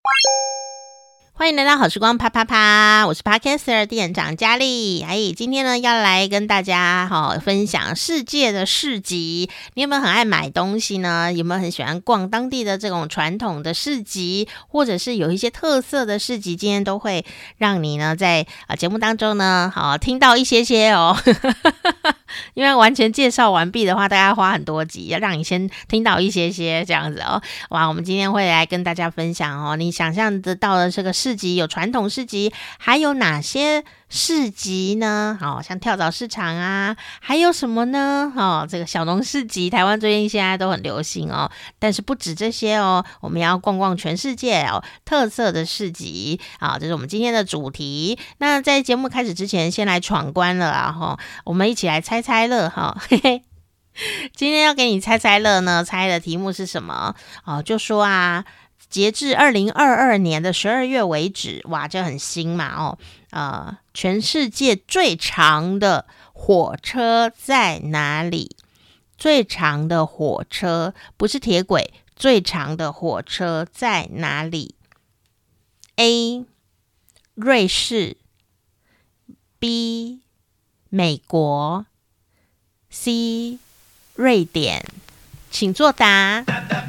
欢迎来到好时光啪啪啪，我是 Podcaster 店长佳丽。今天呢要来跟大家分享世界的市集。你有没有很爱买东西呢？有没有很喜欢逛当地的这种传统的市集，或者是有一些特色的市集？今天都会让你呢在节目当中呢听到一些哦。因为完全介绍完毕的话，大家花很多集，要让你先听到一些这样子哦。哇，我们今天会来跟大家分享你想象得到的这个市集，有传统市集，还有哪些市集呢？像跳蚤市场啊，还有什么呢？这个小农市集，台湾最近现在都很流行哦。但是不止这些哦，我们要逛逛全世界特色的市集这是我们今天的主题。那在节目开始之前，先来闯关了我们一起来猜猜乐嘿嘿。今天要给你猜猜乐呢，猜的题目是什么？就说截至2022年的12月为止，哇，这很新嘛全世界最长的火车在哪里？最长的火车不是铁轨，最长的火车在哪里？ A. 瑞士， B. 美国， C. 瑞典。请作答。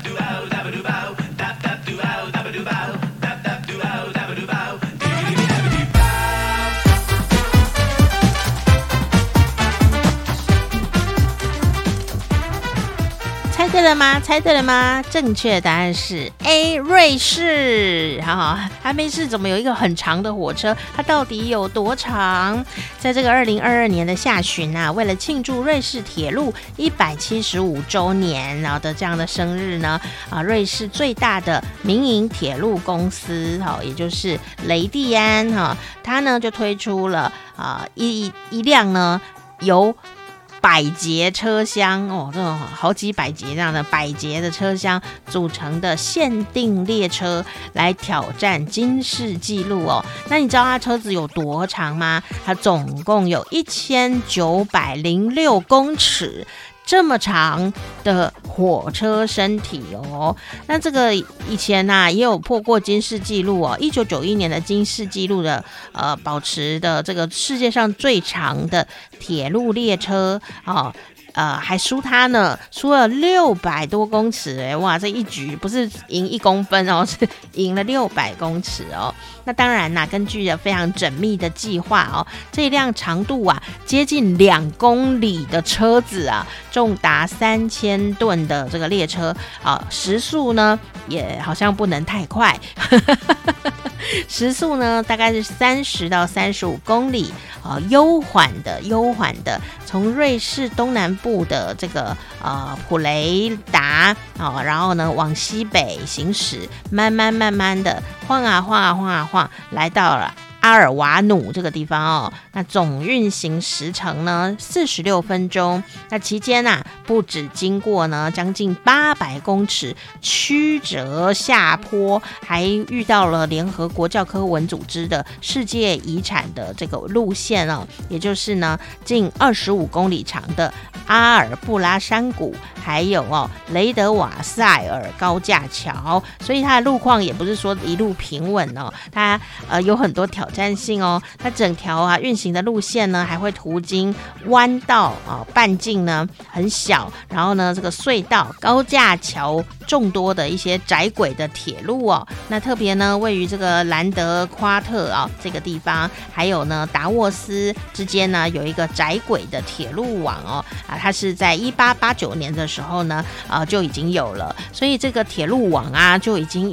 猜对了吗？猜对了吗？正确答案是 A. 瑞士。还没事，怎么有一个很长的火车？它到底有多长？在这个2022年的下旬为了庆祝瑞士铁路175周年的这样的生日呢，瑞士最大的民营铁路公司也就是雷蒂安它呢就推出了一辆呢由100节车厢这种好几百节这样的100节的车厢组成的限定列车来挑战金氏纪录那你知道它车子有多长吗？它总共有1906公尺这么长的火车身体那这个以前也有破过金氏纪录1991年的金氏纪录的保持的这个世界上最长的铁路列车还输他呢，输了600多公尺哇，这一局不是赢1公分是赢了600公尺那当然根据非常缜密的计划这一辆长度接近2公里的车子重达3000吨的这个列车时速呢也好像不能太快时速呢大概是30到35公里悠缓的从瑞士东南部的这个普雷达然后呢往西北行驶，慢慢的晃来到了阿尔瓦努这个地方那总运行时程呢46分钟。那期间不止经过呢将近800公尺曲折下坡，还遇到了联合国教科文组织的世界遗产的这个路线也就是呢近25公里长的阿尔布拉山谷，还有雷德瓦塞尔高架桥。所以它的路况也不是说一路平稳它有很多挑战性它整条运行的路线呢还会途经弯道半径呢很小，然后呢这个隧道、高架桥众多的一些窄轨的铁路那特别呢位于这个兰德夸特这个地方，还有呢达沃斯之间呢有一个窄轨的铁路网它是在1889年的时候呢就已经有了，所以这个铁路网就已经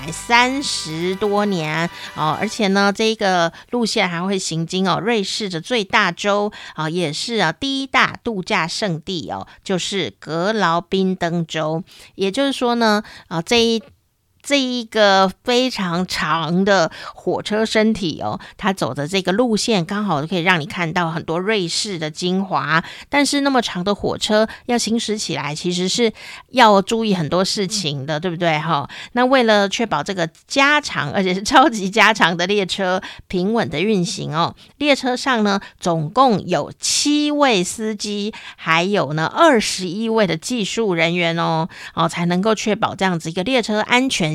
130多年而且呢这个路线还会行经瑞士的最大州也是第一大度假胜地就是格劳宾登州。也就是说呢这一个非常长的火车身体它走的这个路线刚好可以让你看到很多瑞士的精华。但是那么长的火车要行驶起来其实是要注意很多事情的，对不对那为了确保这个加长而且是超级加长的列车平稳的运行列车上呢总共有7位司机，还有呢21位的技术人员才能够确保这样子一个列车安全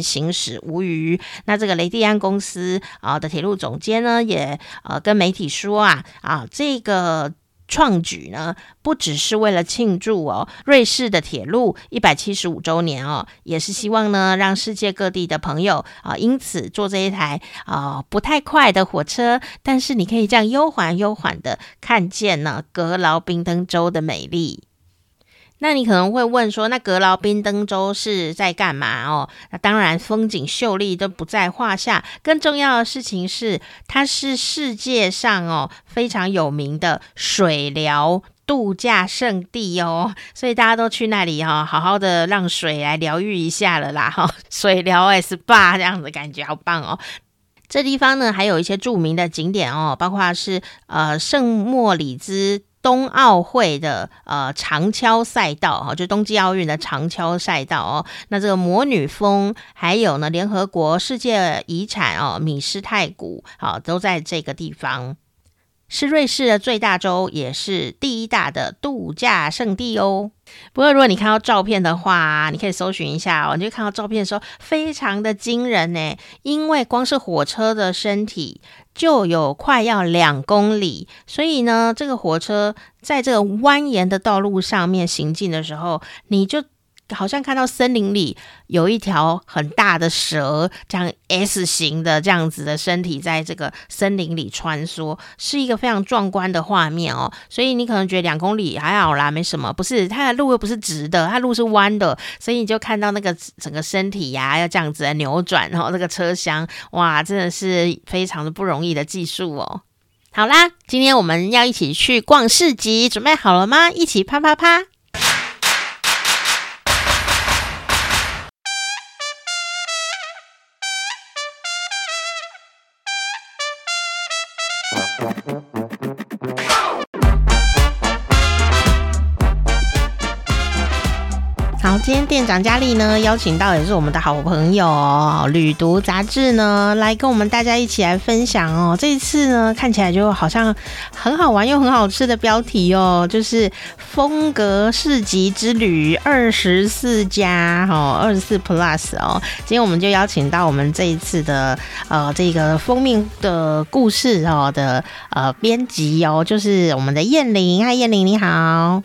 全行驶无虞。那这个雷蒂安公司的铁路总监呢，也跟媒体说这个创举呢，不只是为了庆祝瑞士的铁路175周年也是希望呢，让世界各地的朋友因此坐这一台不太快的火车，但是你可以这样悠缓的看见呢格劳宾登州的美丽。那你可能会问说，那格劳宾登州是在干嘛那当然风景秀丽都不在话下，更重要的事情是它是世界上非常有名的水疗度假胜地所以大家都去那里好好的让水来疗愈一下了啦水疗SPA 这样子感觉好棒这地方呢还有一些著名的景点包括是圣莫里兹冬奥会的长跷赛道就冬季奥运的长跷赛道那这个魔女峰，还有呢联合国世界遗产米施泰谷都在这个地方，是瑞士的最大州，也是第一大的度假胜地不过如果你看到照片的话你可以搜寻一下你就看到照片的时候非常的惊人因为光是火车的身体就有快要2公里，所以呢这个火车在这个蜿蜒的道路上面行进的时候，你就好像看到森林里有一条很大的蛇，这样 S 型的这样子的身体在这个森林里穿梭，是一个非常壮观的画面所以你可能觉得2公里还好啦，没什么，不是，它的路又不是直的，它路是弯的，所以你就看到那个整个身体要这样子的扭转这个车厢，哇，真的是非常的不容易的技术好啦，今天我们要一起去逛市集，准备好了吗？一起啪啪啪。好，今天店长佳丽呢邀请到也是我们的好朋友旅读杂志呢来跟我们大家一起来分享这一次呢看起来就好像很好玩又很好吃的标题就是风格市集之旅24加24 Plus 今天我们就邀请到我们这一次的这个封面的故事的编辑就是我们的燕玲。嗨，燕玲你好。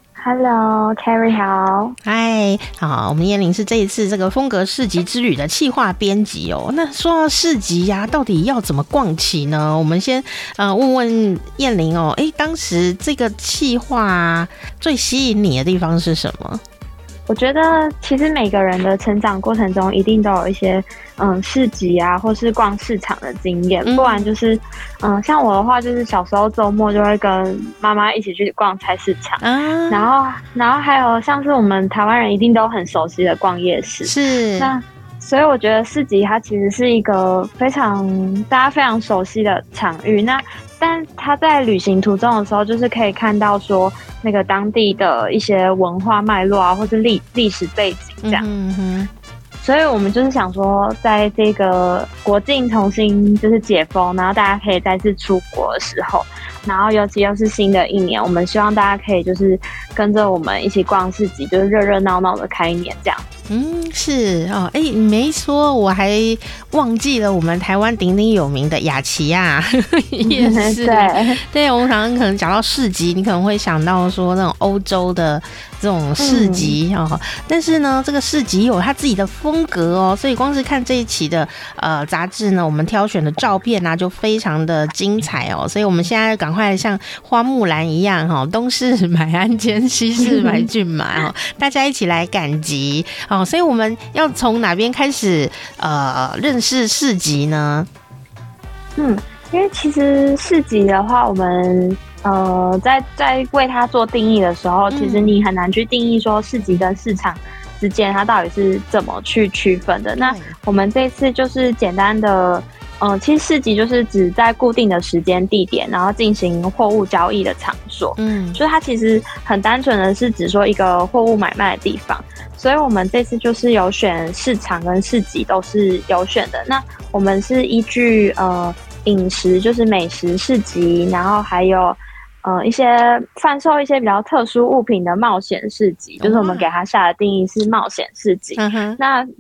Hello Carrie 好。 嗨，好，我们燕玲是这一次这个风格市集之旅的企划编辑那说到市集到底要怎么逛起呢？我们先问问燕玲当时这个企划最吸引你的地方是什么？ 我觉得其实每个人的成长过程中一定都有一些市集或是逛市场的经验，不然就是像我的话就是小时候周末就会跟妈妈一起去逛菜市场然后还有像是我们台湾人一定都很熟悉的逛夜市， 是那所以我觉得市集它其实是一个大家非常熟悉的场域，但他在旅行途中的时候就是可以看到说那个当地的一些文化脉络或是历史背景这样所以我们就是想说在这个国境重新就是解封，然后大家可以再次出国的时候，然后尤其又是新的一年，我们希望大家可以就是跟着我们一起逛市集，就是热热闹闹的开年这样。 是你没说我还忘记了我们台湾鼎鼎有名的雅琪亚也是对，我们常常可能讲到市集，你可能会想到说那种欧洲的这种市集但是呢这个市集有它自己的风格所以光是看这一期的杂志呢，我们挑选的照片就非常的精彩所以我们现在赶快像花木兰一样东市买鞍鞯，西市买骏马大家一起来赶集所以我们要从哪边开始认识市集呢？ 因为其实市集的话，我们在为它做定义的时候，其实你很难去定义说市集跟市场之间它到底是怎么去区分的。那我们这次就是简单的其实市集就是指在固定的时间地点然后进行货物交易的场所就是它其实很单纯的是指说一个货物买卖的地方，所以我们这次就是有选市场跟市集都是有选的。那我们是依据饮食就是美食市集，然后还有一些贩售一些比较特殊物品的冒险市集，就是我们给它下的定义是冒险市集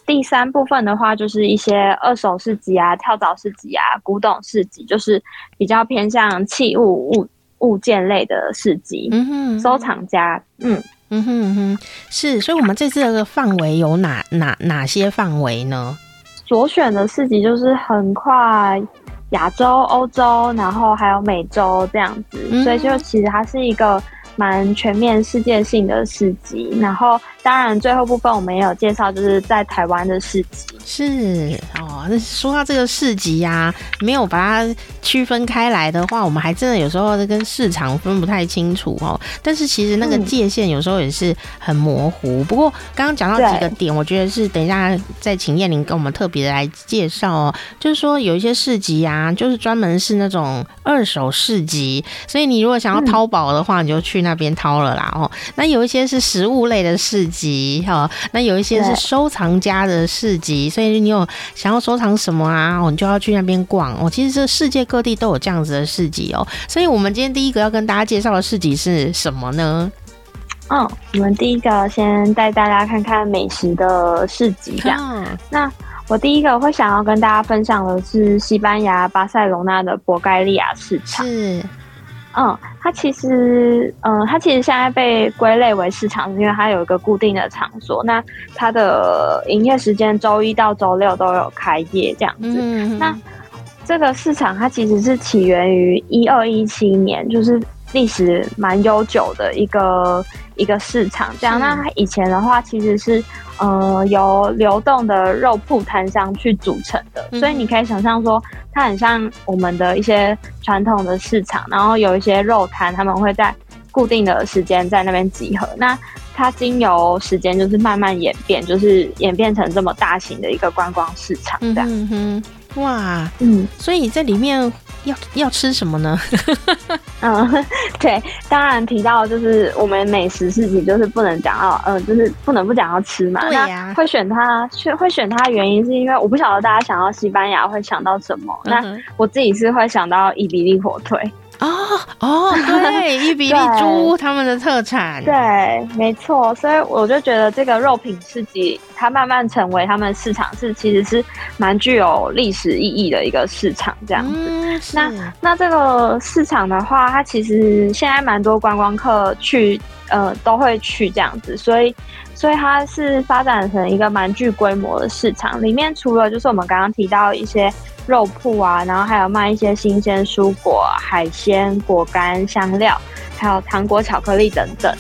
第三部分的话，就是一些二手市集啊、跳蚤市集啊、古董市集，就是比较偏向器物件类的市集。收藏家， 是。所以我们这次的范围有哪些范围呢？ 所选的市集就是横跨亚洲、欧洲，然后还有美洲这样子，所以就其实它是一个蛮全面世界性的市集。然后当然最后部分我们也有介绍，就是在台湾的市集。 是哦，那说到这个市集啊，没有把它区分开来的话，我们还真的有时候跟市场分不太清楚哦。但是其实那个界限有时候也是很模糊。不过刚刚讲到几个点，我觉得是等一下再请燕玲跟我们特别的来介绍哦。就是说有一些市集啊，就是专门是那种二手市集，所以你如果想要淘宝的话，你就去那边淘了啦哦。那有一些是食物类的市集哈，那有一些是收藏家的市集。所以你有想要收藏什么啊，你就要去那边逛哦。其实这世界各地都有这样子的市集哦。所以我们今天第一个要跟大家介绍的市集是什么呢？ 我们第一个先带大家看看美食的市集这样。那我第一个会想要跟大家分享的是西班牙巴塞隆纳的博盖利亚市场。是。它其实现在被归类为市场，是因为它有一个固定的场所。那它的营业时间周一到周六都有开业这样子。那这个市场它其实是起源于1217年，就是历史蛮悠久的一个市场这样。那它以前的话其实是由流动的肉铺摊商去组成的，所以你可以想象说它很像我们的一些传统的市场，然后有一些肉摊他们会在固定的时间在那边集合。那它经由时间就是慢慢演变，就是演变成这么大型的一个观光市场这样。 哇，所以在里面要吃什么呢？ 对，当然提到就是我们美食市集，就是不能讲到，就是不能不讲到吃嘛。 对呀。 那会选它的原因是因为我不晓得大家想到西班牙会想到什么。那我自己是会想到伊比利火腿。对，伊比利猪他们的特产。对，没错。所以我就觉得这个肉品市集，它慢慢成为他们市场其实是蛮具有历史意义的一个市场这样子。那这个市场的话，它其实现在蛮多观光客去都会去这样子，所以它是发展成一个蛮具规模的市场。里面除了就是我们刚刚提到一些肉铺啊，然后还有卖一些新鲜蔬果、海鲜、果干、香料，还有糖果、巧克力等等。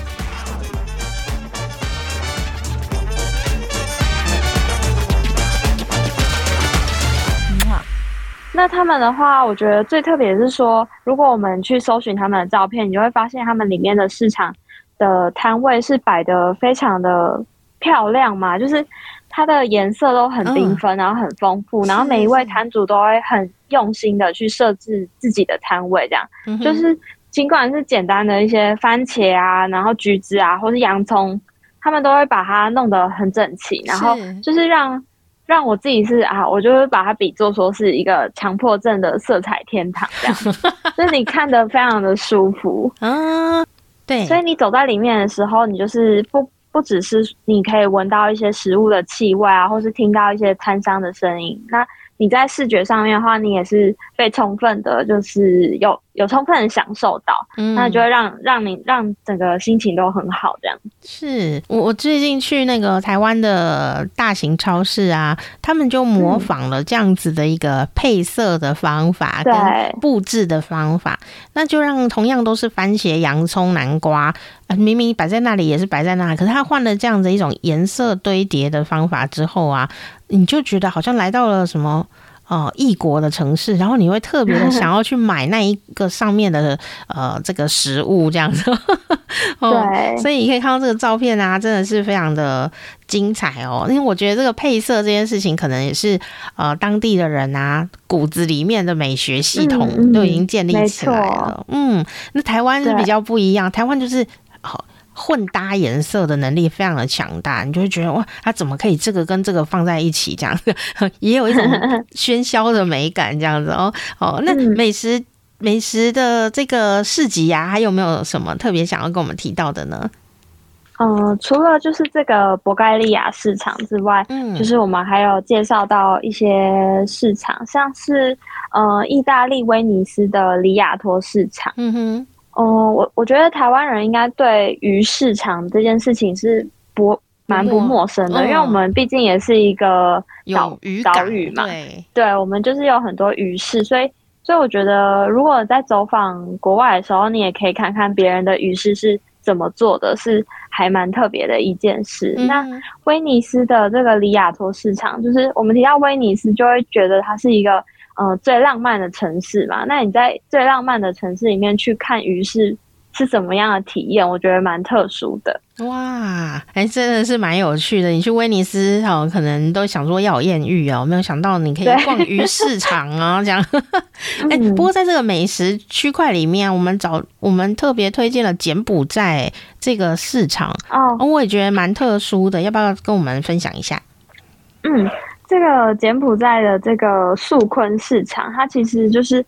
那他们的话，我觉得最特别的是说，如果我们去搜寻他们的照片，你就会发现他们里面的市场的摊位是摆得非常的漂亮嘛，就是它的颜色都很缤纷，然后很丰富，然后每一位摊主都会很用心的去设置自己的摊位，这样。就是尽管是简单的一些番茄啊，然后橘子啊，或是洋葱，他们都会把它弄得很整齐，然后就是让我自己是我就会把它比作说是一个强迫症的色彩天堂这样，就是你看得非常的舒服。对，所以你走在里面的时候，你就是不只是你可以闻到一些食物的气味啊，或是听到一些摊商的声音，那你在视觉上面的话，你也是被充分的，就是有充分的享受到，那就会让整个心情都很好这样。是我最近去那个台湾的大型超市啊，他们就模仿了这样子的一个配色的方法跟布置的方法，那就让同样都是番茄、洋葱、南瓜，明明摆在那里也是摆在那里，可是他换了这样子一种颜色堆叠的方法之后啊，你就觉得好像来到了什么异国的城市，然后你会特别的想要去买那一个上面的这个食物这样子。对，所以你可以看到这个照片啊，真的是非常的精彩哦。因为我觉得这个配色这件事情，可能也是当地的人啊骨子里面的美学系统都已经建立起来了。那台湾是比较不一样，台湾就是混搭颜色的能力非常的强大，你就会觉得哇，它怎么可以这个跟这个放在一起这样子，也有一种喧嚣的美感这样子那美食的这个市集啊，还有没有什么特别想要跟我们提到的呢？ 除了就是这个博盖利亚市场之外，就是我们还有介绍到一些市场，像是意大利威尼斯的里亚托市场。我觉得台湾人应该对鱼市场这件事情是蛮不陌生的，因为我们毕竟也是一个岛屿嘛，对，我们就是有很多鱼市，所以我觉得如果在走访国外的时候，你也可以看看别人的鱼市是怎么做的，是还蛮特别的一件事。那威尼斯的这个里亚托市场，就是我们提到威尼斯就会觉得它是一个最浪漫的城市嘛，那你在最浪漫的城市里面去看鱼市是怎么样的体验，我觉得蛮特殊的。 哇，真的是蛮有趣的。你去威尼斯可能都想说要有艳遇没有想到你可以逛鱼市场这样。不过在这个美食区块里面，我们特别推荐了柬埔寨这个市场我也觉得蛮特殊的，要不要跟我们分享一下？ 这个柬埔寨的这个素坤市场，它其实就是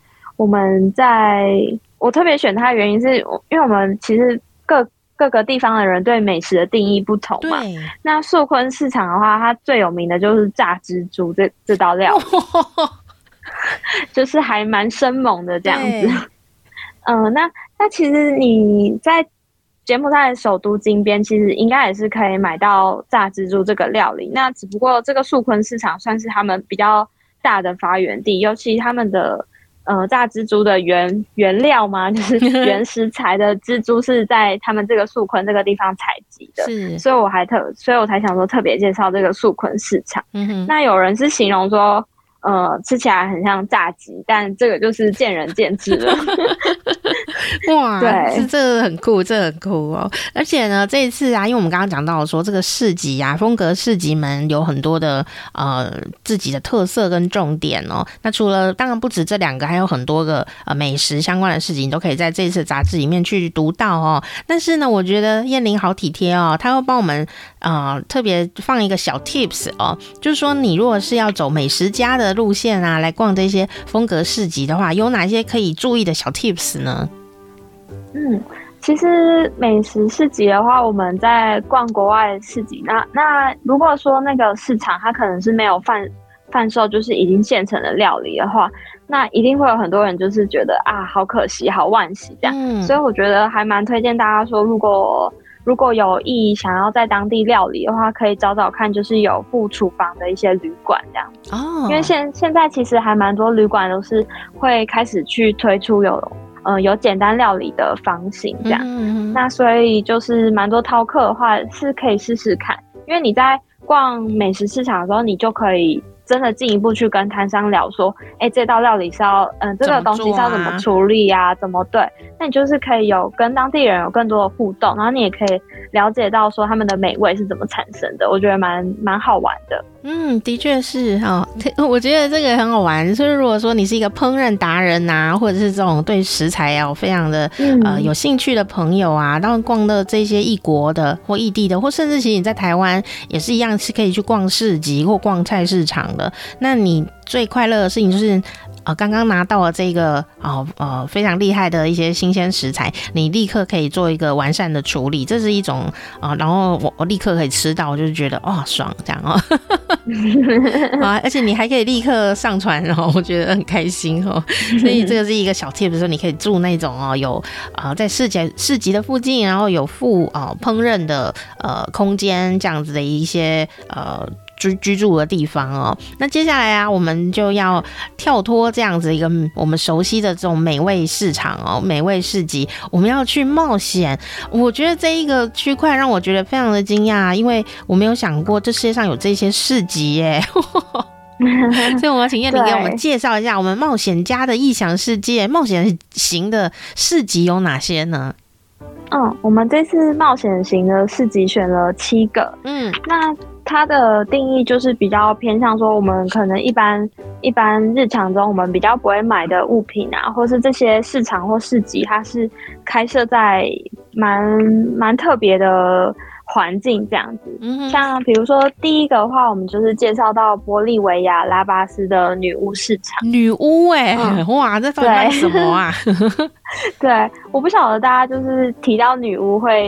我特别选它的原因是因为我们其实各个地方的人对美食的定义不同嘛。那素坤市场的话，它最有名的就是炸蜘蛛这道料理就是还蛮生猛的这样子。那其实你在柬埔寨的首都金边，其实应该也是可以买到炸蜘蛛这个料理。那只不过这个素坤市场算是他们比较大的发源地，尤其他们的炸蜘蛛的原料嘛，就是原食材的蜘蛛是在他们这个素坤这个地方采集的，所以我才想说特别介绍这个素坤市场。那有人是形容说吃起来很像炸鸡，但这个就是见仁见智了。 哇，对，这个很酷，这个很酷而且呢，这一次因为我们刚刚讲到说这个市集风格市集们有很多的自己的特色跟重点那除了当然不止这两个，还有很多个美食相关的市集，你都可以在这一次杂志里面去读到但是呢，我觉得燕玲好体贴她会帮我们特别放一个小 tips 就是说你如果是要走美食家的路线来逛这些风格市集的话，有哪些可以注意的小 tips 呢？ 其实美食市集的话，我们在逛国外的市集，那如果说那个市场它可能是没有贩售就是已经现成的料理的话，那一定会有很多人就是觉得好可惜好惋惜这样。所以我觉得还蛮推荐大家说，如果有意想要在当地料理的话，可以找找看就是有附厨房的一些旅馆这样因为现在其实还蛮多旅馆都是会开始去推出有简单料理的房型这样。那所以就是蛮多饕客的话是可以试试看，因为你在逛美食市场的时候，你就可以真的进一步去跟摊商聊说这道料理是要这个东西是要怎么处理怎么对，那你就是可以有跟当地人有更多的互动，然后你也可以了解到说他们的美味是怎么产生的，我觉得蛮好玩的。 的确是我觉得这个很好玩。所以如果说你是一个烹饪达人或者是这种对食材非常的有兴趣的朋友当然逛的这些异国的或异地的，或甚至其实你在台湾也是一样，是可以去逛市集或逛菜市场的。那你最快乐的事情就是刚刚拿到了这个非常厉害的一些新鲜食材，你立刻可以做一个完善的处理，这是一种然后我立刻可以吃到，我就是觉得爽这样而且你还可以立刻上传，我觉得很开心所以这个是一个小 tip， 说你可以住那种有在市集的附近，然后有附烹饪的空间这样子的一些居住的地方那接下来我们就要跳脱这样子一个我们熟悉的这种美味市场美味市集，我们要去冒险。我觉得这一个区块让我觉得非常的惊讶，因为我没有想过这世界上有这些市集耶所以我要请燕玲给我们介绍一下我们冒险家的异想世界冒险型的市集有哪些呢？ 我们这次冒险型的市集选了7个。那它的定义就是比较偏向说，我们可能一般日常中我们比较不会买的物品或是这些市场或市集，它是开设在蛮特别的环境这样子。像比如说第一个的话，我们就是介绍到玻利维亚拉巴斯的女巫市场。 女巫哇，这到底是什么啊？ 对，我不晓得大家就是提到女巫会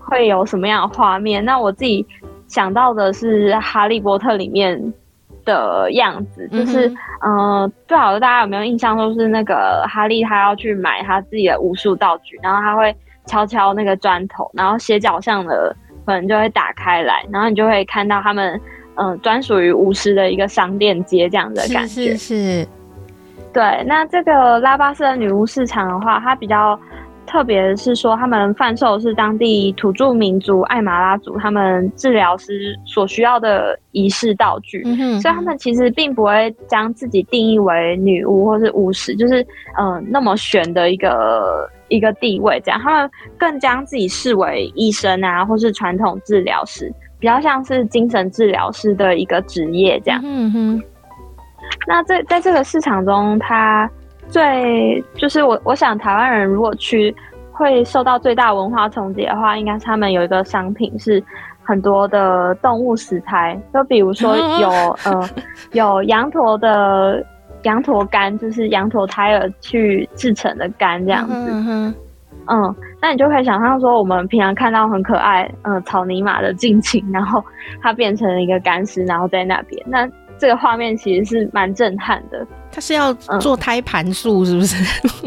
会有什么样的画面？那我自己想到的是《哈利波特》里面的样子，就是不晓得大家有没有印象，就是那个哈利他要去买他自己的武术道具，然后他会敲敲那个砖头，然后斜角巷的门就会打开来，然后你就会看到他们专属于巫师的一个商店街这样的感觉。 是。 对，那这个拉巴斯的女巫市场的话，它比较特别的是说，他们贩售的是当地土著民族艾马拉族他们治疗师所需要的仪式道具，所以他们其实并不会将自己定义为女巫或是巫师，就是那么玄的一个地位这样，他们更将自己视为医生啊，或是传统治疗师，比较像是精神治疗师的一个职业这样。那在这个市场中，它就是我想台湾人如果去会受到最大文化冲击的话，应该是他们有一个商品是很多的动物食材，就比如说有羊驼肝，就是羊驼胎儿去制成的肝这样子。那你就可以想象说，我们平常看到很可爱草泥马的近亲，然后它变成了一个干尸，然后在那边，那这个画面其实是蛮震撼的。 他是要做胎盘术是不是？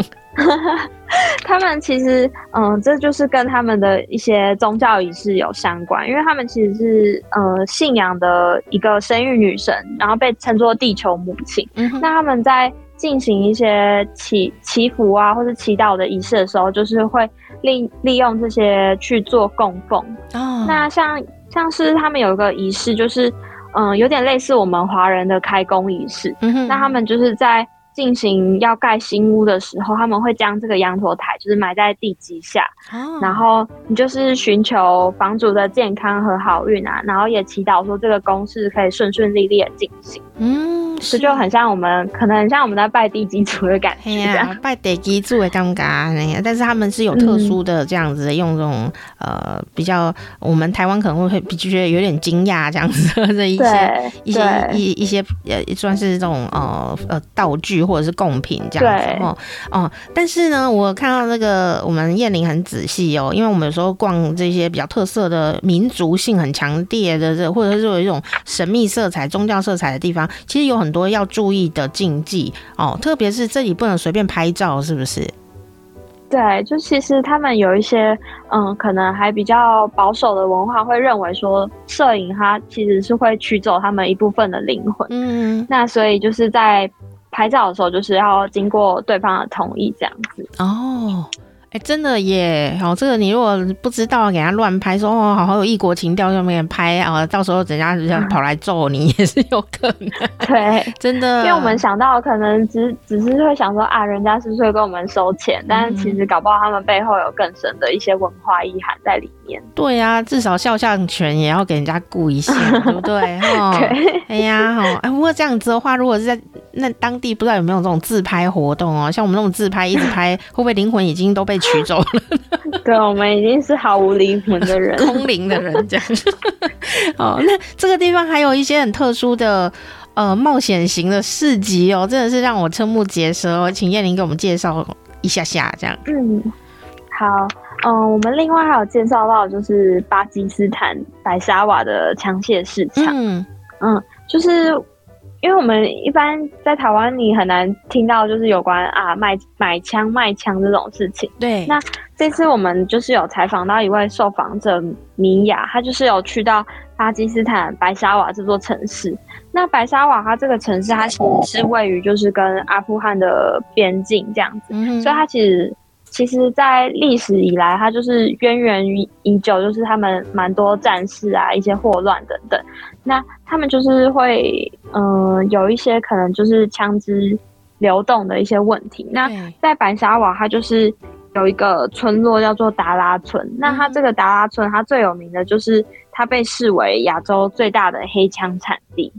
他们其实这就是跟他们的一些宗教仪式有相关，因为他们其实是信仰的一个生育女神，然后被称作地球母亲。那他们在进行一些祈福啊或是祈祷的仪式的时候，就是会利用这些去做供奉。那像是他们有一个仪式，就是有点类似我们华人的开工仪式。那他们就是在进行要盖新屋的时候，他们会将这个羊驼台就是埋在地基下，然后你就是寻求房主的健康和好运啊，然后也祈祷说这个公事可以顺顺利利的进行。这就很像可能很像我们在拜地基主的感觉这样。 拜地基主的感觉，但是他们是有特殊的这样子用这种比较我们台湾可能会觉得有点惊讶这样子的一些算是这种道具或者是贡品这样子但是呢，我看到那个我们燕玲很仔细因为我们有时候逛这些比较特色的民族性很强烈的或者是有一种神秘色彩、宗教色彩的地方，其实有很多要注意的禁忌特别是这里不能随便拍照，是不是？ 对，就其实他们有一些可能还比较保守的文化会认为说，摄影它其实是会取走他们一部分的灵魂。那所以就是在拍照的时候，就是要经过对方的同意这样子。 真的耶！这个你如果不知道，给他乱拍，说好有异国情调，就没人拍到时候人家跑来揍你也是有可能。 对， 真的， 因为我们想到可能只是会想说人家是不是会跟我们收钱，但是其实搞不好他们背后有更深的一些文化意涵在里面。 对啊，至少肖像权也要给人家顾一下，对不对？ 对。 哎呀，不过这样子的话，如果是在那当地，不知道有没有这种自拍活动像我们那种自拍一直拍，会不会灵魂已经都被取走了？ 对，我们已经是毫无灵魂的人， 空灵的人这样。那这个地方还有一些很特殊的冒险型的市集真的是让我瞠目结舌请燕玲给我们介绍一下下这样。 好。我们另外还有介绍到就是巴基斯坦白沙瓦的枪械市场。就是因为我们一般在台湾你很难听到就是有关买枪卖枪这种事情。 对。 那这次我们就是有采访到一位受访者米娅，她就是有去到巴基斯坦白沙瓦这座城市。那白沙瓦它这个城市它其实是位于就是跟阿富汗的边境这样子。所以它其实在历史以来它就是渊源已久，就是他们蛮多战事啊一些霍乱等等，那他们就是会有一些可能就是枪支流动的一些问题。那在白沙瓦它就是有一个村落叫做达拉村，那它这个达拉村它最有名的就是它被视为亚洲最大的黑枪产地。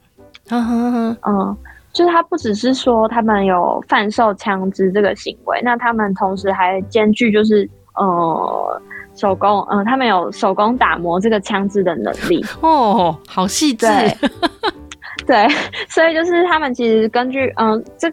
就是它不只是说他们有贩售枪支这个行为，那他们同时还兼具就是手工他们有手工打磨这个枪支的能力。 好细致。 对，所以就是他们其实根据这个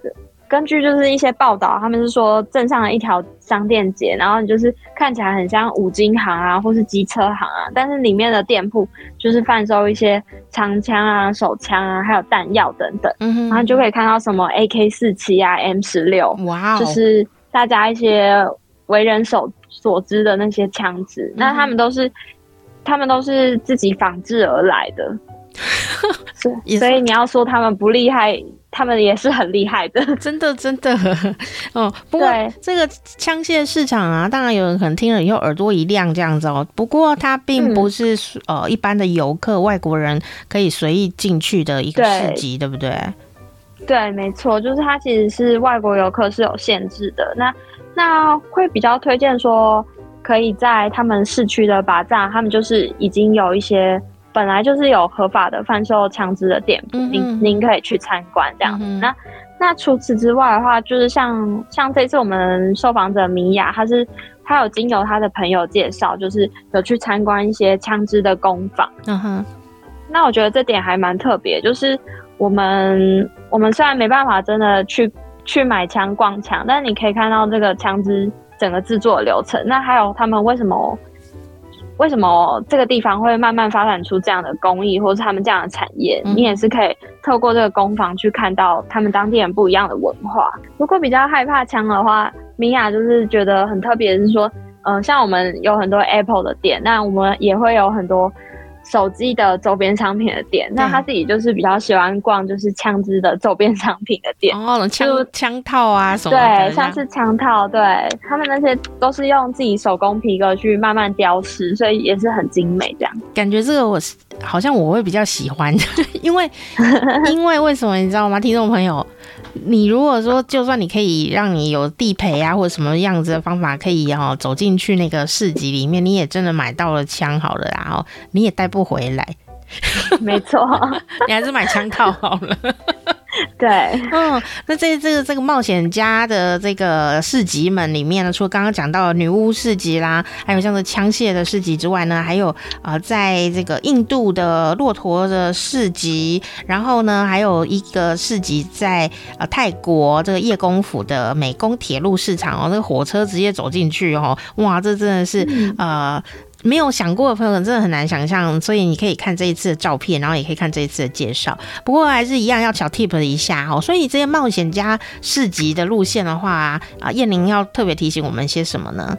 根据就是一些报道，他们是说镇上的一条商店街，然后你就是看起来很像五金行啊，或是机车行啊，但是里面的店铺就是贩售一些长枪啊、手枪啊，还有弹药等等。然后你就可以看到什么 AK-47啊、M16，哇，就是大家一些为人所知的那些枪支。那他们都是自己仿制而来的。所以你要说他们不厉害，他们也是很厉害的， 真的哦。不过这个枪械市场啊，当然有人可能听了以后耳朵一亮这样子哦。不过它并不是一般的游客、外国人可以随意进去的一个市集，对不对？ 对，没错，就是它其实是外国游客是有限制的。那会比较推荐说，可以在他们市区的巴扎，他们就是已经有一些。本来就是有合法的贩售枪支的店铺，您可以去参观这样子。那除此之外的话，就是像这次我们受访者米娅，她有经由她的朋友介绍，就是有去参观一些枪支的工坊。那我觉得这点还蛮特别，就是我们虽然没办法真的去买枪逛枪，但是你可以看到这个枪支整个制作的流程。那还有他们为什么这个地方会慢慢发展出这样的工艺，或是他们这样的产业，你也是可以透过这个工坊去看到他们当地人不一样的文化。如果比较害怕枪的话，米娅就是觉得很特别的是说，像我们有很多 Apple 的店，那我们也会有很多手机的周边商品的店，那他自己就是比较喜欢逛就是枪支的周边商品的店， 枪套啊什么的， 对，像是枪套，对，他们那些都是用自己手工皮革去慢慢雕饰，所以也是很精美这样。 感觉这个好像我会比较喜欢，因为为什么你知道吗，听众朋友？你如果说就算你可以让你有地陪啊，或者什么样子的方法可以走进去那个市集里面，你也真的买到了枪好了啦，你也带不回来。 没错， 你还是买枪套好了。 对， 那这个冒险家的这个市集们里面呢，除了刚刚讲到的女巫市集啦，还有像是枪械的市集之外呢，还有在这个印度的骆驼的市集，然后呢还有一个市集在泰国这个叶公府的美宫铁路市场那个火车直接走进去哇，这真的是没有想过的朋友真的很难想象，所以你可以看这一次的照片，然后也可以看这一次的介绍。不过还是一样要小 tip 一下所以这些冒险家市集的路线的话燕玲要特别提醒我们些什么呢？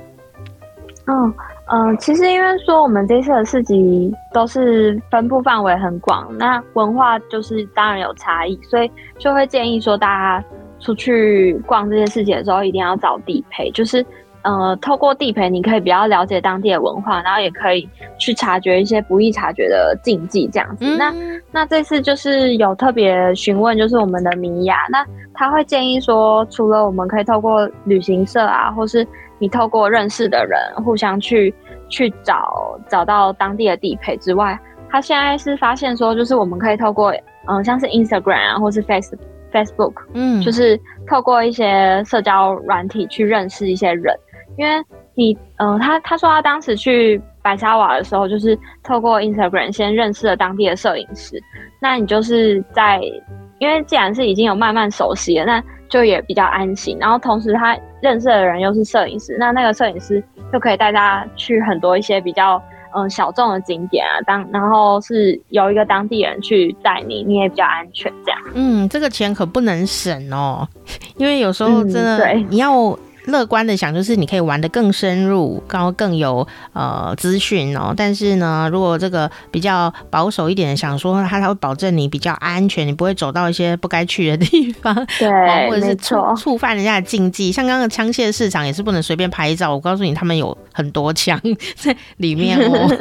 其实因为说我们这次的市集都是分布范围很广，那文化就是当然有差异，所以就会建议说大家出去逛这些市集的时候一定要找地陪，就是透过地陪你可以比较了解当地的文化，然后也可以去察觉一些不易察觉的禁忌这样子。那这次就是有特别询问就是我们的米娅，那他会建议说除了我们可以透过旅行社啊，或是你透过认识的人互相去找到当地的地陪之外，他现在是发现说就是我们可以透过像是 Instagram 啊或是 Facebook 就是透过一些社交软体去认识一些人。因为你他说他当时去白沙瓦的时候就是透过 Instagram 先认识了当地的摄影师，那你就是因为既然是已经有慢慢熟悉了，那就也比较安心，然后同时他认识的人又是摄影师，那个摄影师就可以带大家去很多一些比较小众的景点啊，然后是由一个当地人去带你也比较安全这样。 这个钱可不能省因为有时候真的你要乐观的想，就是你可以玩得更深入，然后更有资讯但是呢，如果这个比较保守一点的想说，它会保证你比较安全，你不会走到一些不该去的地方， 对， 或者是触犯人家的禁忌。像刚刚的枪械市场也是不能随便拍照，我告诉你，他们有很多枪在里面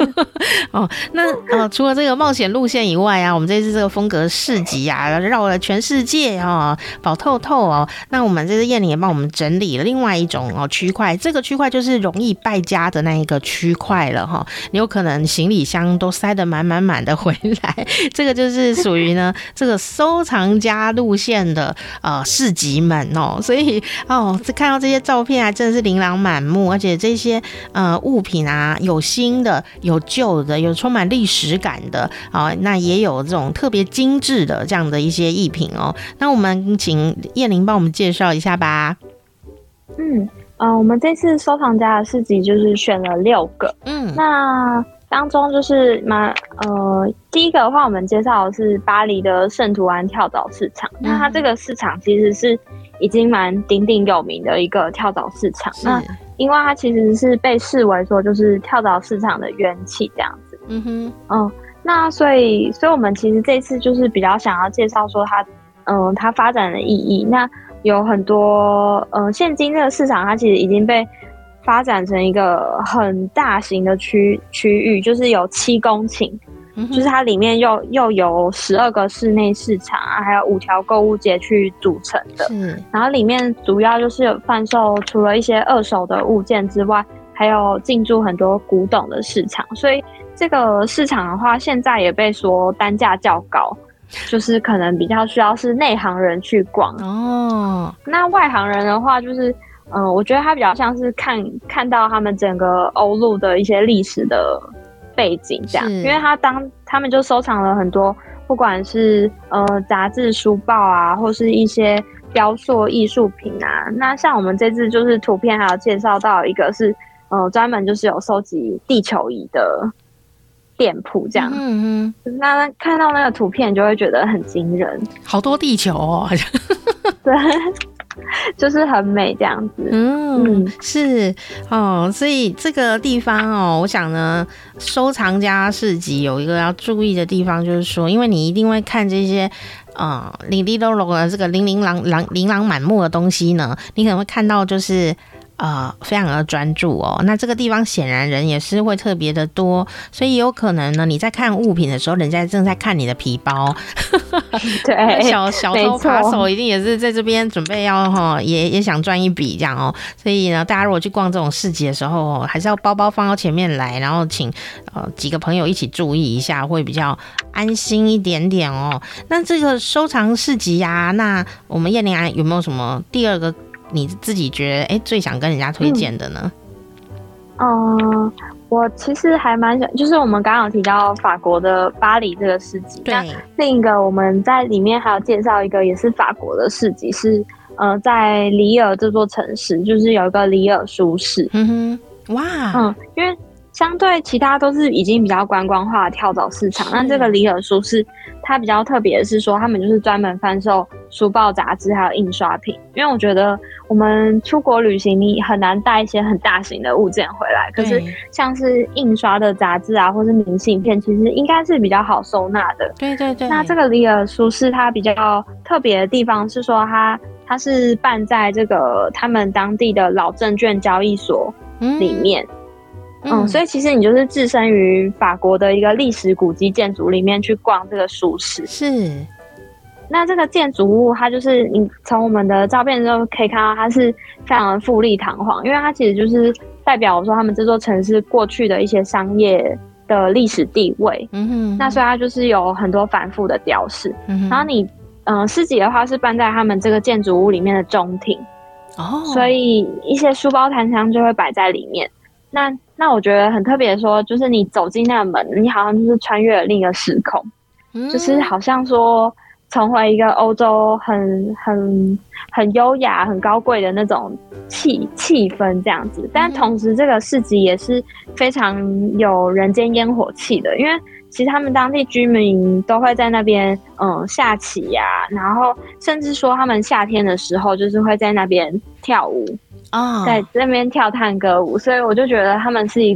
那除了这个冒险路线以外啊，我们这次这个风格市集啊，绕了全世界跑透透那我们这次燕玲也帮我们整理了另外外一种区块，这个区块就是容易败家的那一个区块了哈。你有可能行李箱都塞得满满满的回来，这个就是属于呢这个收藏家路线的市集们所以看到这些照片啊，真的是琳琅满目，而且这些物品啊，有新的，有旧的，有充满历史感的那也有这种特别精致的这样的一些艺品那我们请燕玲帮我们介绍一下吧。 我们这次收藏家的市集就是选了6个，那当中就是第一个的话，我们介绍的是巴黎的圣图安跳蚤市场。那它这个市场其实是已经蛮鼎鼎有名的一个跳蚤市场。那因为它其实是被视为说就是跳蚤市场的元气这样子。那所以我们其实这次就是比较想要介绍说它发展的意义。那有很多现今这个市场它其实已经被发展成一个很大型的区域，就是有7公顷，就是它里面又有12个室内市场还有5条购物街去组成的。然后里面主要就是有贩售除了一些二手的物件之外，还有进驻很多古董的市场。所以这个市场的话，现在也被说单价较高，就是可能比较需要是内行人去逛那外行人的话，就是我觉得他比较像是看到他们整个欧陆的一些历史的背景这样，因为他们就收藏了很多，不管是杂志、书报啊，或是一些雕塑艺术品啊。那像我们这次就是图片还有介绍到一个是专门就是有收集地球仪的店铺这样。那看到那个图片就会觉得很惊人， 好多地球对，就是很美这样子。 是所以这个地方我想呢，收藏家市集有一个要注意的地方，就是说，因为你一定会看这些零零落落的这个琳琅满目的东西呢，你可能会看到就是非常的专注那这个地方显然人也是会特别的多，所以有可能呢你在看物品的时候，人家正在看你的皮包对， 小偷扒手一定也是在这边准备要也想赚一笔这样所以呢，大家如果去逛这种市集的时候还是要包包放到前面来，然后请几个朋友一起注意一下，会比较安心一点点那这个收藏市集那我们燕玲有没有什么第二个你自己觉得最想跟人家推荐的呢？ 我其实还蛮想，就是我们刚刚有提到法国的巴黎这个市集，那另一个我们在里面还有介绍一个也是法国的市集，是在里尔这座城市，就是有一个里尔书市。因为相对其他都是已经比较观光化的跳蚤市场，那这个里尔书市它比较特别的是说，他们就是专门贩售书报、杂志还有印刷品。因为我觉得我们出国旅行，你很难带一些很大型的物件回来，可是像是印刷的杂志啊，或是明信片，其实应该是比较好收纳的。对。那这个里尔书市它比较特别的地方是说，它是办在这个他们当地的老证券交易所里面。所以其实你就是置身于法国的一个历史古迹建筑里面去逛这个书市。那这个建筑物它就是你从我们的照片就可以看到，它是非常的富丽堂皇，因为它其实就是代表说他们这座城市过去的一些商业的历史地位。那所以它就是有很多繁复的雕饰。然后你市集的话是办在他们这个建筑物里面的中庭。所以一些书包弹箱就会摆在里面。那我觉得很特别的说，就是你走进那个门，你好像就是穿越了另一个时空，就是好像说重回一个欧洲很优雅、很高贵的那种气氛这样子。但同时，这个市集也是非常有人间烟火气的，因为其实他们当地居民都会在那边下棋呀，然后甚至说他们夏天的时候就是会在那边跳舞。在那边跳探戈舞，所以我就觉得他们是一个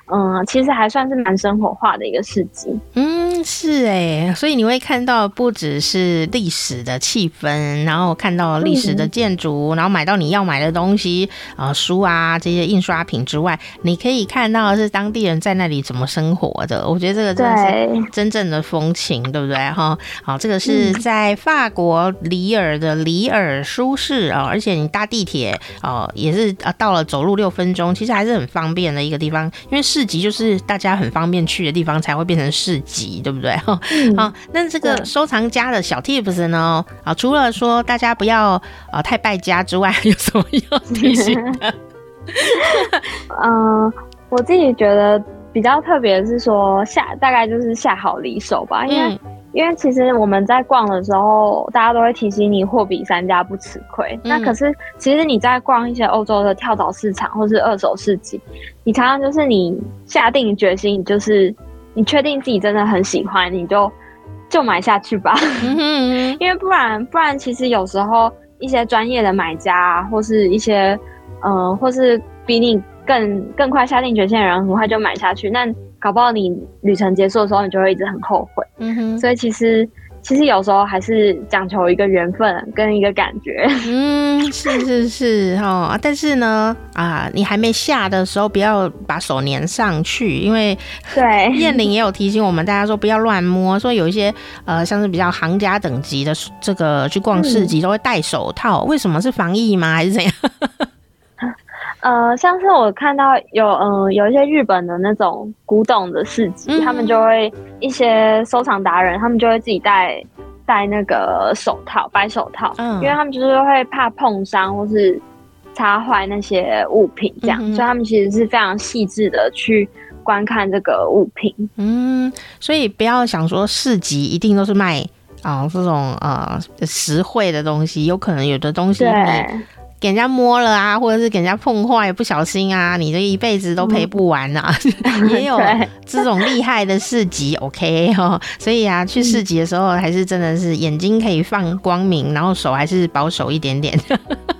其实还算是蛮生活化的一个市集。 是欸，所以你会看到不只是历史的气氛，然后看到历史的建筑，然后买到你要买的东西，书啊这些印刷品之外，你可以看到的是当地人在那里怎么生活的。我觉得这个真的是真正的风情，对不对？好，这个是在法国里尔的里尔书市而且你搭地铁也是到了走路6分钟，其实还是很方便的一个地方。因为市集就是大家很方便去的地方，才会变成市集，对不对？那这个收藏家的小 tips 呢？除了说大家不要太败家之外，有什么要提醒的？ 我自己觉得比较特别的是说大概就是下好离手吧，因为其实我们在逛的时候，大家都会提醒你货比三家不吃亏。那可是其实你在逛一些欧洲的跳蚤市场或是二手市集，你常常就是你下定决心，就是你确定自己真的很喜欢，你就买下去吧。因为不然其实有时候一些专业的买家或是一些或是比你更快下定决心的人很快就买下去，那搞不好你旅程结束的时候你就会一直很后悔。所以其实有时候还是讲求一个缘分跟一个感觉。 是但是呢你还没下的时候不要把手粘上去，因为对燕玲也有提醒我们大家说不要乱摸，说有一些像是比较行家等级的这个去逛市集都会戴手套，为什么？是防疫吗还是怎样？ 像是我看到有一些日本的那种古董的市集，他们就会一些收藏达人，他们就会自己戴那个手套，白手套，因为他们就是会怕碰伤或是擦坏那些物品这样，所以他们其实是非常细致的去观看这个物品。 所以不要想说市集一定都是卖这种实惠的东西，有可能有的东西你给人家摸了啊，或者是给人家碰坏，不小心啊，你这一辈子都赔不完啊。也有这种厉害的市集，OK 所以去市集的时候，还是真的是眼睛可以放光明，然后手还是保守一点点。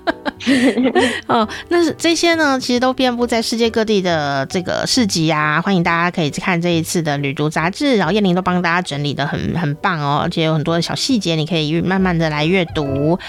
那这些呢，其实都遍布在世界各地的这个市集啊，欢迎大家可以看这一次的旅读杂志，然后燕玲都帮大家整理的很棒而且有很多的小细节，你可以慢慢的来阅读。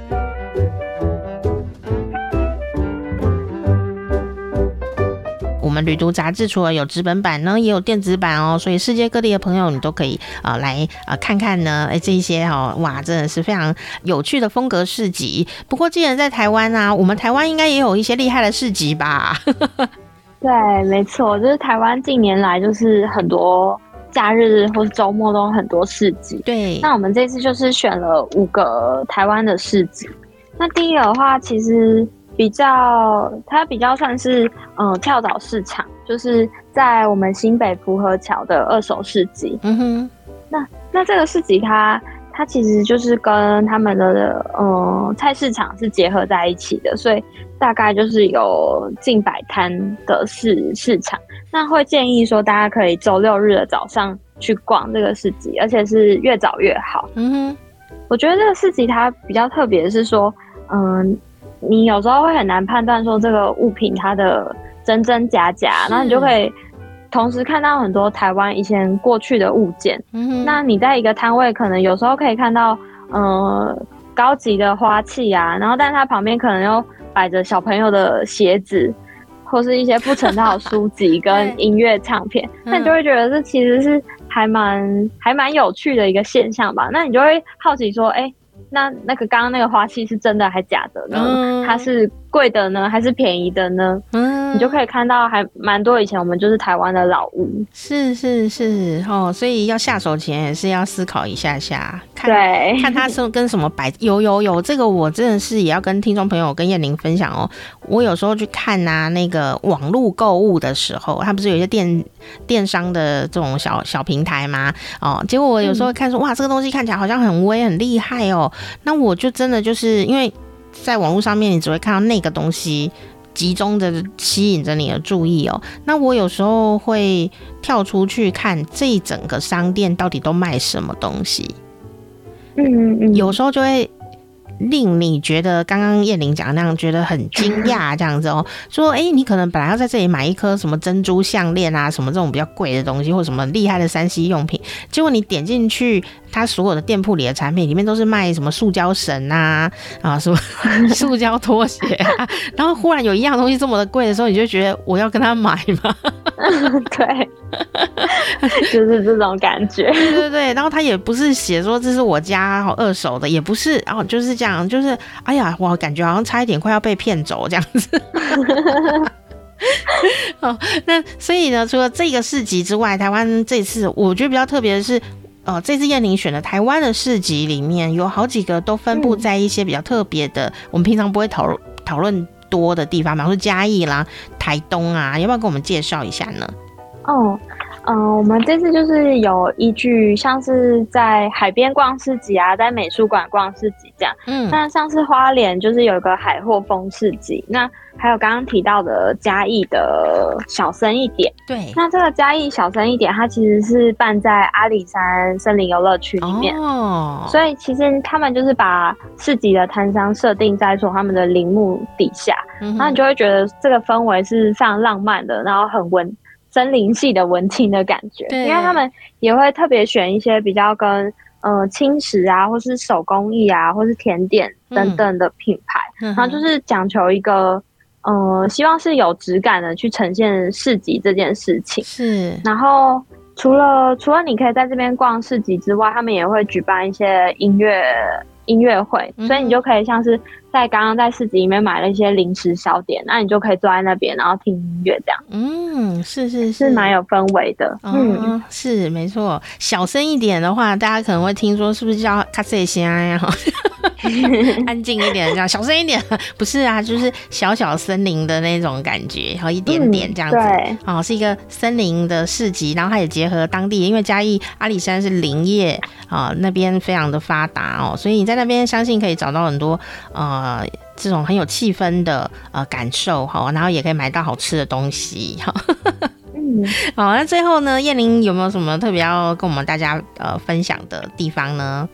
我们旅读杂志除了有纸本版呢，也有电子版所以世界各地的朋友你都可以来看看呢。这一些哇，真的是非常有趣的风格市集。不过既然在台湾我们台湾应该也有一些厉害的市集吧？ 对，没错，就是台湾近年来就是很多假日或是周末都有很多市集。 对， 那我们这次就是选了5个台湾的市集。那第一个的话，其实它比较算是跳蚤市场，就是在我们新北福和桥的二手市集。那这个市集它其实就是跟他们的菜市场是结合在一起的，所以大概就是有近100摊的市场。那会建议说大家可以周6日的早上去逛这个市集，而且是越早越好。我觉得这个市集它比较特别的是说你有时候会很难判断说这个物品它的真真假假，然后你就可以同时看到很多台湾以前过去的物件。那你在一个摊位可能有时候可以看到高级的花器啊，然后但是它旁边可能又摆着小朋友的鞋子或是一些不成套的书籍跟音乐唱片。那你就会觉得这其实是还蛮有趣的一个现象吧。那你就会好奇说那个刚刚那个花器是真的还假的呢？它是贵的呢还是便宜的呢？你就可以看到还蛮多以前我们就是台湾的老屋。是所以要下手前也是要思考一下看它是跟什么摆。有这个我真的是也要跟听众朋友跟燕玲分享我有时候去看那个网络购物的时候，它不是有一些电商的这种小平台吗？结果我有时候看说哇，这个东西看起来好像很威很厉害那我就真的就是因为在网络上面你只会看到那个东西集中的吸引着你的注意那我有时候会跳出去看这一整个商店到底都卖什么东西。有时候就会令你觉得刚刚燕玲讲的那样觉得很惊讶这样子哦？说你可能本来要在这里买一颗什么珍珠项链啊，什么这种比较贵的东西，或什么厉害的3C 用品，结果你点进去，它所有的店铺里的产品里面都是卖什么塑胶绳啊什么塑胶拖鞋啊，然后忽然有一样东西这么的贵的时候，你就觉得我要跟他买吗？ 对，就是这种感觉。 对对对，然后他也不是写说这是我家二手的，也不是就是这样，就是哎呀，我感觉好像差一点快要被骗走这样子。那所以呢，除了这个市集之外，台湾这次我觉得比较特别的是，这次燕玲选的台湾的市集里面有好几个都分布在一些比较特别的，我们平常不会讨论多的地方，比方说嘉义啦、台东啊，要不要跟我们介绍一下呢？ 我们这次就是有依据像是在海边逛市集啊，在美术馆逛市集这样。那像是花莲就是有一个海货风市集，那还有刚刚提到的嘉义的小森一点。 对， 那这个嘉义小森一点，它其实是办在阿里山森林游乐区里面。所以其实他们就是把市集的摊商设定在说他们的林木底下，然后你就会觉得这个氛围是非常浪漫的，然后很森林系的文青的感觉。因为他们也会特别选一些比较跟轻食啊，或是手工艺啊，或是甜点等等的品牌，然后就是讲求一个希望是有质感的去呈现市集这件事情。是，然后除了你可以在这边逛市集之外，他们也会举办一些音乐会，所以你就可以像是在刚刚在市集里面买了一些零食小点，那你就可以坐在那边然后听音乐这样。是蛮有氛围的。 是没错。小声一点的话，大家可能会听说是不是叫卡塞西呀？安静一点，这样小声一点，不是啊，就是小小森林的那种感觉，然后一点点这样子。对，是一个森林的市集，然后它也结合当地，因为嘉义阿里山是林业那边非常的发达所以你在那边相信可以找到很多这种很有气氛的感受然后也可以买到好吃的东西。好，那最后呢，燕玲有没有什么特别要跟我们大家分享的地方呢？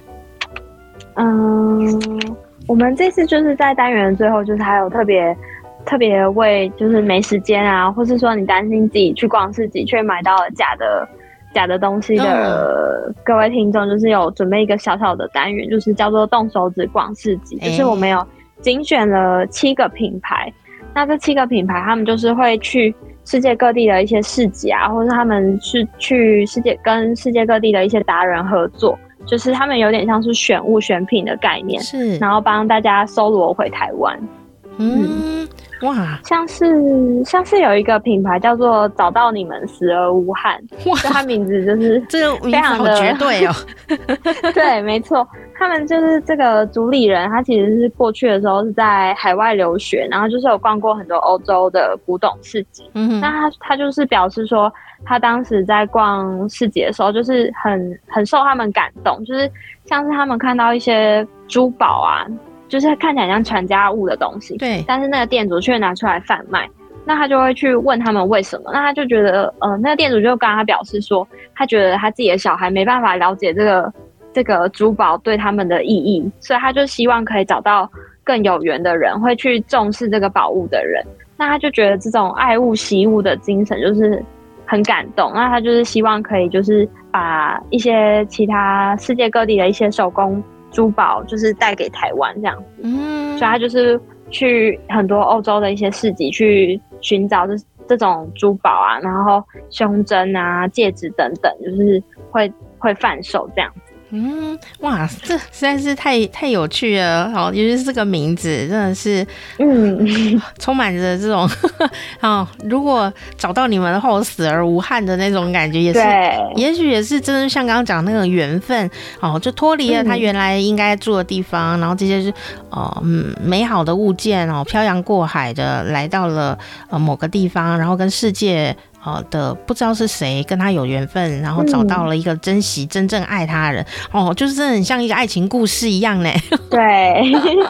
我们这次就是在单元的最后，就是还有特别为就是没时间啊，或是说你担心自己去逛市集却买到了假的东西的各位听众，就是有准备一个小小的单元，就是叫做动手指逛市集。就是我们有精选了7个品牌，那这7个品牌他们就是会去世界各地的一些市集啊，或是他们是去跟世界各地的一些达人合作，就是他们有点像是选物选品的概念，是，然后帮大家搜罗回台湾。哇，像是有一个品牌叫做找到你们死而无憾，就它名字就是这个名字好绝对哦。 对，没错，他们就是这个主理人，他其实是过去的时候是在海外留学，然后就是有逛过很多欧洲的古董市集。那他就是表示说，他当时在逛市集的时候，就是很受他们感动，就是像是他们看到一些珠宝啊，就是看起来像传家物的东西，对，但是那个店主却拿出来贩卖，那他就会去问他们为什么，那他就觉得，那个店主就跟他表示说，他觉得他自己的小孩没办法了解这个珠宝对他们的意义，所以他就希望可以找到更有缘的人，会去重视这个宝物的人，那他就觉得这种爱物惜物的精神就是很感动，那他就是希望可以就是把一些其他世界各地的一些手工珠宝就是带给台湾这样子。所以他就是去很多欧洲的一些市集去寻找这种珠宝啊，然后胸针啊、戒指等等，就是会贩售这样子。 哇，这实在是太有趣了，尤其是这个名字真的是充满着这种如果找到你们的话，我死而无憾的那种感觉，也许也是真的像刚刚讲那个缘分就脱离了他原来应该住的地方，然后这些是美好的物件漂洋过海的来到了某个地方，然后跟世界的不知道是谁跟他有缘分，然后找到了一个珍惜真正爱他的人就是真的很像一个爱情故事一样呢。 对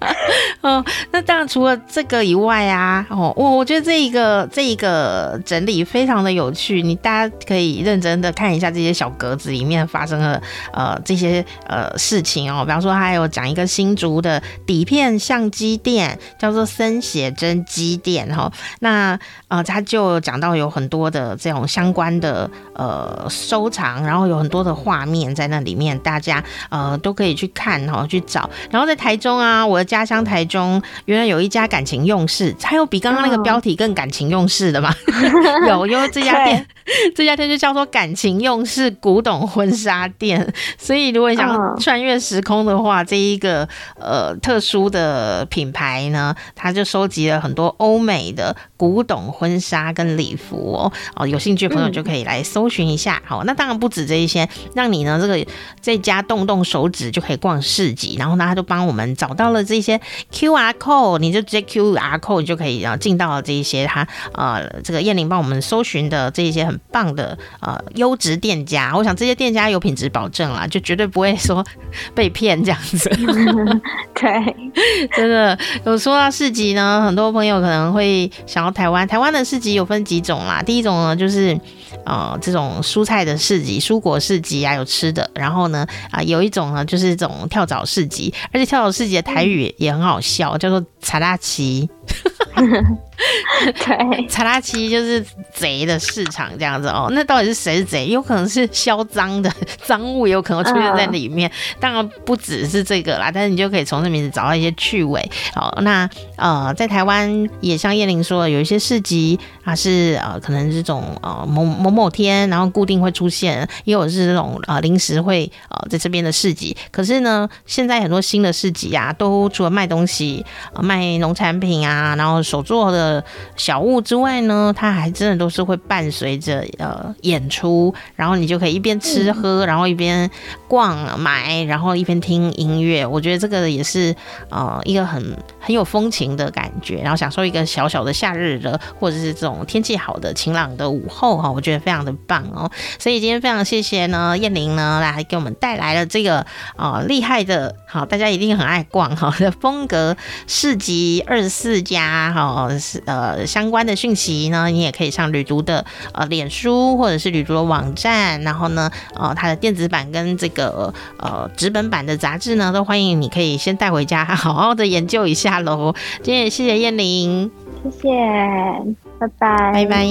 那当然除了这个以外啊，我觉得这一个整理非常的有趣，大家可以认真的看一下这些小格子里面发生的这些事情哦。比方说他还有讲一个新竹的底片相机店叫做森写真机店那他就讲到有很多的这种相关的收藏，然后有很多的画面在那里面，大家都可以去看去找。然后在台中啊，我的家乡台中原来有一家感情用事，还有比刚刚那个标题更感情用事的吗？有这家店就叫做感情用事古董婚纱店。所以如果你想穿越时空的话，这一个特殊的品牌呢，它就收集了很多欧美的古董婚纱跟礼服有兴趣的朋友就可以来搜寻一下。好，那当然不止这一些，让你呢这家动手指就可以逛市集，然后呢他就帮我们找到了这些 QR code， 你就直接 QR code 你就可以进到这一些这个燕玲帮我们搜寻的这一些很棒的优质店家。我想这些店家有品质保证啦，就绝对不会说被骗这样子。 对， 真的有说到市集呢，很多朋友可能会想要台湾的市集有分几种啦。第一种呢就是这种蔬菜的市集、蔬果市集啊，有吃的。然后呢有一种呢就是这种跳蚤市集，而且跳蚤市集的台语也很好笑，叫做查拉奇。 对， 查拉奇就是贼的市场这样子那到底是谁是贼？有可能是销赃的赃物，有可能出现在里面。当然不只是这个啦，但是你就可以从这名字找到一些趣味。好，那在台湾也像燕玲说的，有一些市集是可能这种某天然后固定会出现，也有是这种临时会在这边的市集。可是呢，现在很多新的市集都除了卖东西卖农产品然后手做的小物之外呢，它还真的都是会伴随着演出，然后你就可以一边吃喝，然后一边逛买，然后一边听音乐。我觉得这个也是一个很有风情的感觉，然后享受一个小小的夏日的或者是这种天气好的晴朗的午后我觉得非常的棒所以今天非常谢谢呢燕玲呢来给我们带来了这个厉害的大家一定很爱逛的风格市集24家相关的讯息呢，你也可以上旅读的脸书或者是旅读的网站，然后呢它的电子版跟这个纸本版的杂志呢，都欢迎你可以先带回家好好的研究一下咯。今天也谢谢燕玲， 谢谢，拜拜， 拜拜。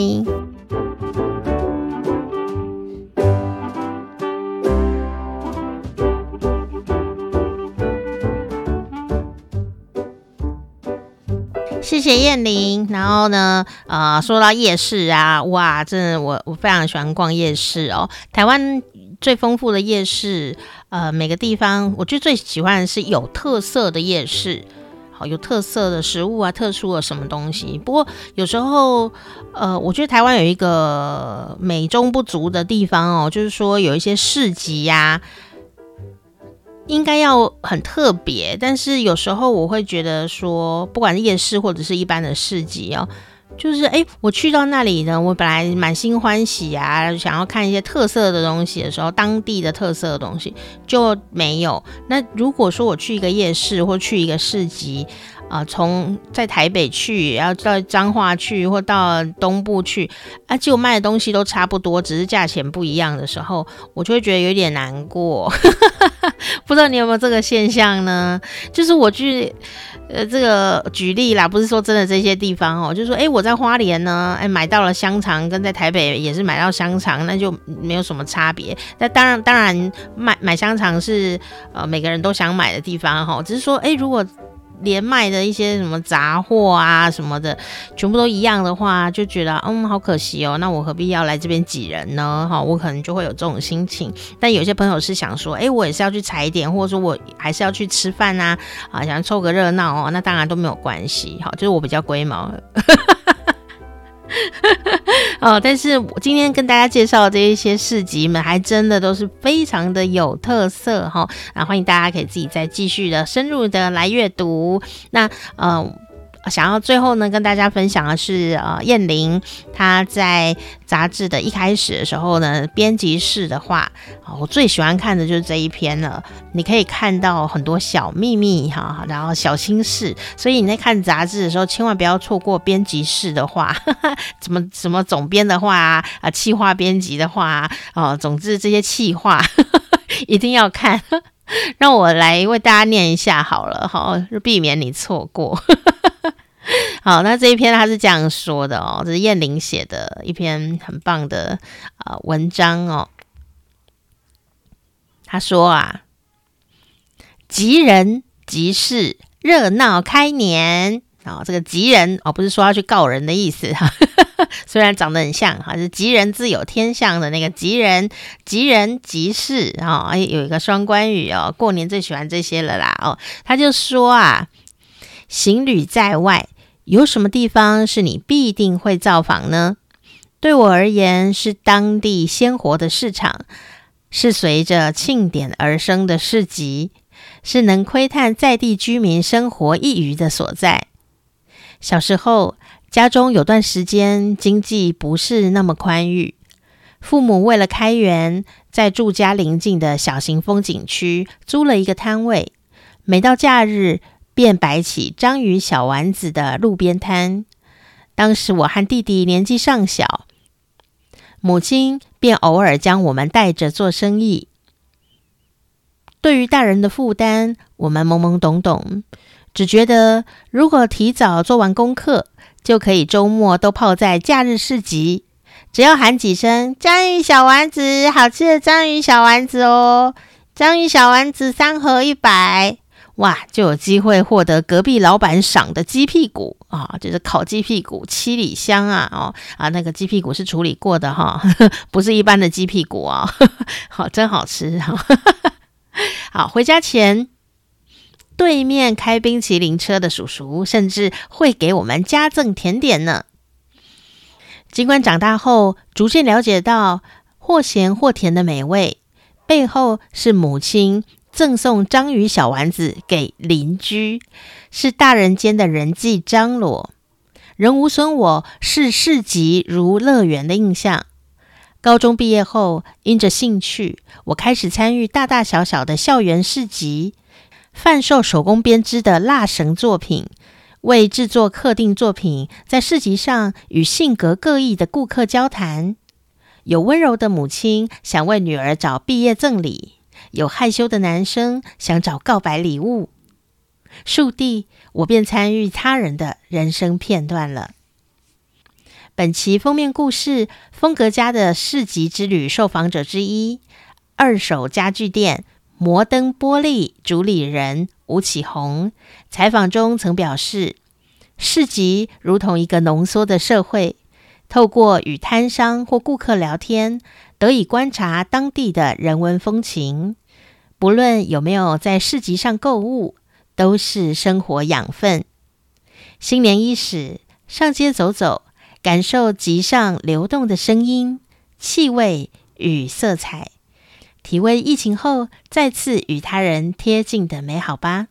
谢谢燕玲。然后呢说到夜市哇，真的我非常喜欢逛夜市台湾最丰富的夜市每个地方我觉得最喜欢的是有特色的夜市，有特色的食物特殊的什么东西。不过有时候我觉得台湾有一个美中不足的地方就是说有一些市集应该要很特别，但是有时候我会觉得说不管是夜市或者是一般的市集就是我去到那里呢，我本来满心欢喜想要看一些特色的东西的时候，当地的特色的东西就没有。那如果说我去一个夜市或去一个市集从在台北去，然后到彰化去，或到东部去结果卖的东西都差不多，只是价钱不一样的时候，我就会觉得有点难过。不知道你有没有这个现象呢？就是我去这个举例啦，不是说真的这些地方就是说我在花莲呢买到了香肠，跟在台北也是买到香肠，那就没有什么差别。那当然买香肠是每个人都想买的地方只是说如果连卖的一些什么杂货什么的全部都一样的话，就觉得好可惜那我何必要来这边挤人呢我可能就会有这种心情。但有些朋友是想说我也是要去踩点，或者说我还是要去吃饭想凑个热闹那当然都没有关系就是我比较龟毛但是我今天跟大家介绍的这一些市集们还真的都是非常的有特色欢迎大家可以自己再继续的深入的来阅读。那想要最后呢跟大家分享的是燕玲她在杂志的一开始的时候呢，编辑室的话，我最喜欢看的就是这一篇了。你可以看到很多小秘密然后小心事，所以你在看杂志的时候千万不要错过编辑室的话什么总编的话企划编辑的话总之这些企划一定要看让我来为大家念一下好了就避免你错过好，那这一篇他是这样说的这是燕玲写的一篇很棒的文章他说吉人吉事，热闹开年这个吉人不是说要去告人的意思虽然长得很像是吉人自有天相的那个吉人，吉人吉事有一个双关语过年最喜欢这些了啦他就说行旅在外，有什么地方是你必定会造访呢？对我而言，是当地鲜活的市场，是随着庆典而生的市集，是能窥探在地居民生活一隅的所在。小时候，家中有段时间经济不是那么宽裕，父母为了开源，在住家邻近的小型风景区租了一个摊位，每到假日便摆起章鱼小丸子的路边摊。当时我和弟弟年纪尚小，母亲便偶尔将我们带着做生意。对于大人的负担，我们懵懵懂懂，只觉得如果提早做完功课，就可以周末都泡在假日市集，只要喊几声章鱼小丸子，好吃的章鱼小丸子章鱼小丸子3盒100，哇，就有机会获得隔壁老板赏的鸡屁股就是烤鸡屁股7里香那个鸡屁股是处理过的不是一般的鸡屁股好，真好吃好，回家前对面开冰淇淋车的叔叔甚至会给我们加赠甜点呢。尽管长大后逐渐了解到或咸或甜的美味背后是母亲赠送章鱼小丸子给邻居，是大人间的人际张罗，仍无损我视市集如乐园的印象。高中毕业后，因着兴趣，我开始参与大大小小的校园市集，贩售手工编织的蜡绳作品，为制作客定作品，在市集上与性格各异的顾客交谈。有温柔的母亲想为女儿找毕业赠礼，有害羞的男生想找告白礼物。树地，我便参与他人的人生片段了。本期封面故事，风格家的市集之旅受访者之一，二手家具店摩登玻璃主理人吴启宏，采访中曾表示，市集如同一个浓缩的社会，透过与摊商或顾客聊天，得以观察当地的人文风情。不论有没有在市集上购物，都是生活养分。新年伊始，上街走走，感受集上流动的声音、气味与色彩，体味疫情后再次与他人贴近的美好吧。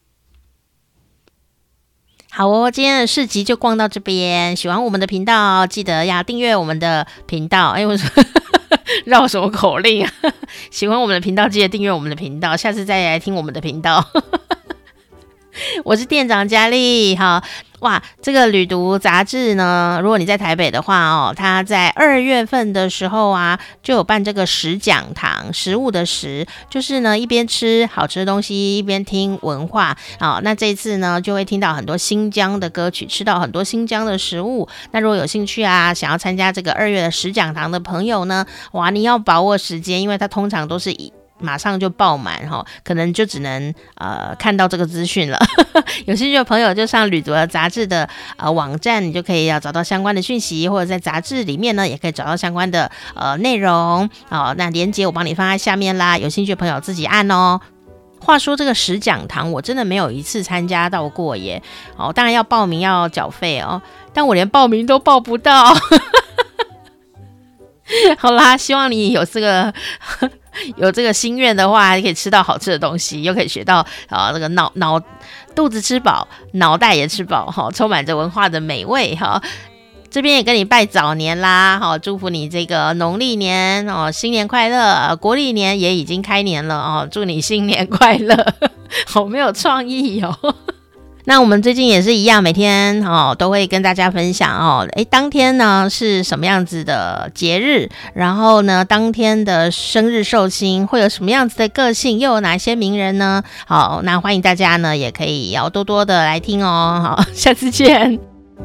好今天的市集就逛到这边。喜欢我们的频道，记得要订阅我们的频道。我说绕什么口令喜欢我们的频道，记得订阅我们的频道，下次再来听我们的频道我是店长佳丽。好哇，这个旅读杂志呢，如果你在台北的话它在2月份的时候就有办这个食讲堂，食物的食，就是呢一边吃好吃的东西，一边听文化那这一次呢就会听到很多新疆的歌曲，吃到很多新疆的食物。那如果有兴趣想要参加这个2月的食讲堂的朋友呢，哇，你要把握时间，因为它通常都是马上就爆满可能就只能看到这个资讯了有兴趣的朋友就上旅读的杂志的网站，你就可以找到相关的讯息，或者在杂志里面呢也可以找到相关的内容那连结我帮你放在下面啦，有兴趣的朋友自己按话说这个食讲堂我真的没有一次参加到过耶当然要报名要缴费但我连报名都报不到好啦，希望你有这个有这个心愿的话，还可以吃到好吃的东西，又可以学到这个肚子吃饱，脑袋也吃饱哈，充满着文化的美味哈。这边也跟你拜早年啦，好，祝福你这个农历年哦，新年快乐！国历年也已经开年了哦，祝你新年快乐！好没有创意哦。那我们最近也是一样，每天都会跟大家分享当天呢是什么样子的节日，然后呢当天的生日寿星会有什么样子的个性，又有哪些名人呢？好，那欢迎大家呢也可以要多多的来听哦。好，下次见。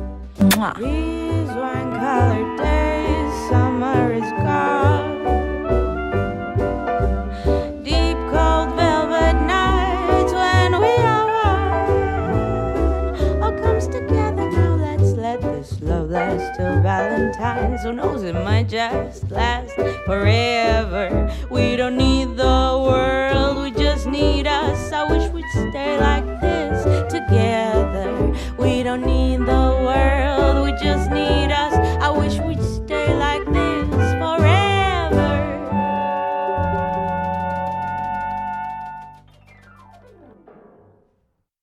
Colored days, summer is gone. Deep cold velvet nights when we are one. All comes together now, let's let this love last till Valentine's. Who knows, it might just last forever. We don't need the world, we just need us. I wish we'd stay like this